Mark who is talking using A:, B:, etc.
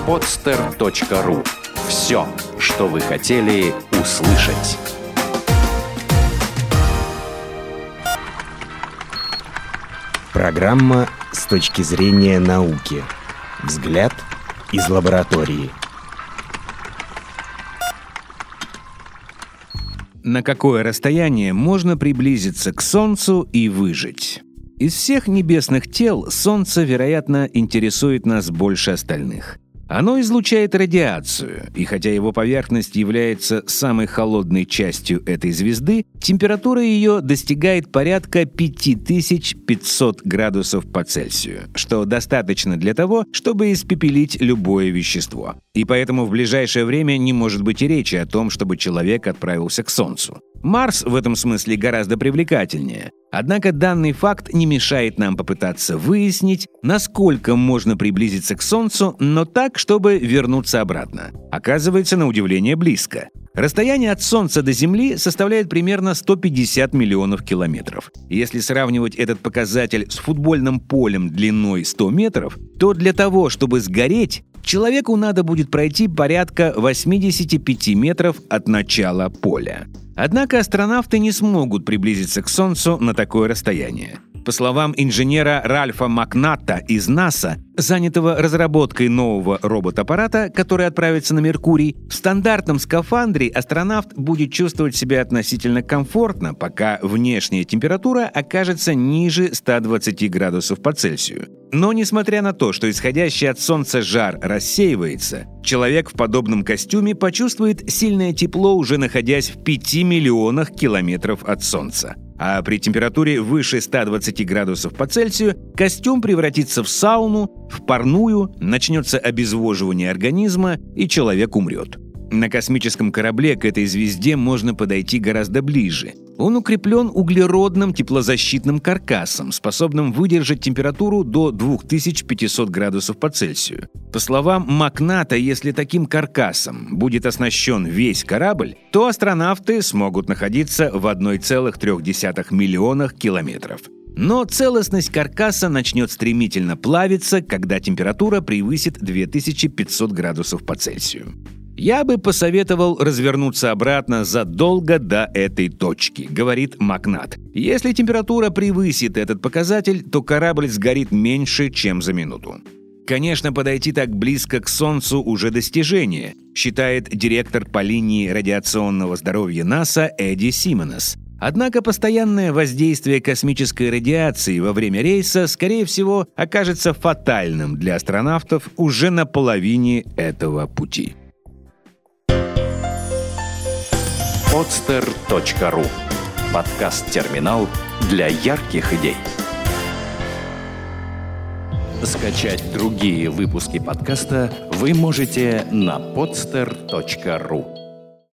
A: podster.ru. Все, что вы хотели услышать.
B: Программа «С точки зрения науки». Взгляд из лаборатории.
C: На какое расстояние можно приблизиться к Солнцу и выжить? Из всех небесных тел Солнце, вероятно, интересует нас больше остальных. Оно излучает радиацию, и хотя его поверхность является самой холодной частью этой звезды, температура ее достигает порядка 5500 градусов по Цельсию, что достаточно для того, чтобы испепелить любое вещество. И поэтому в ближайшее время не может быть и речи о том, чтобы человек отправился к Солнцу. Марс в этом смысле гораздо привлекательнее. Однако данный факт не мешает нам попытаться выяснить, насколько можно приблизиться к Солнцу, но так, чтобы вернуться обратно. Оказывается, на удивление близко. Расстояние от Солнца до Земли составляет примерно 150 миллионов километров. Если сравнивать этот показатель с футбольным полем длиной 100 метров, то для того, чтобы сгореть, человеку надо будет пройти порядка 85 метров от начала поля. Однако астронавты не смогут приблизиться к Солнцу на такое расстояние. По словам инженера Ральфа Макната из НАСА, занятого разработкой нового робот-аппарата, который отправится на Меркурий, в стандартном скафандре астронавт будет чувствовать себя относительно комфортно, пока внешняя температура окажется ниже 120 градусов по Цельсию. Но несмотря на то, что исходящий от Солнца жар рассеивается, человек в подобном костюме почувствует сильное тепло, уже находясь в 5 миллионах километров от Солнца. А при температуре выше 120 градусов по Цельсию костюм превратится в сауну, в парную, начнется обезвоживание организма, и человек умрет. На космическом корабле к этой звезде можно подойти гораздо ближе. Он укреплен углеродным теплозащитным каркасом, способным выдержать температуру до 2500 градусов по Цельсию. По словам Макната, если таким каркасом будет оснащен весь корабль, то астронавты смогут находиться в 1,3 миллионах километров. Но целостность каркаса начнет стремительно плавиться, когда температура превысит 2500 градусов по Цельсию. «Я бы посоветовал развернуться обратно задолго до этой точки», — говорит Макнат. «Если температура превысит этот показатель, то корабль сгорит меньше, чем за минуту». Конечно, подойти так близко к Солнцу уже достижение, считает директор по линии радиационного здоровья НАСА Эдди Симонес. Однако постоянное воздействие космической радиации во время рейса, скорее всего, окажется фатальным для астронавтов уже на половине этого пути.
A: podster.ru. Подкаст-терминал для ярких идей. Скачать другие выпуски подкаста вы можете на podster.ru.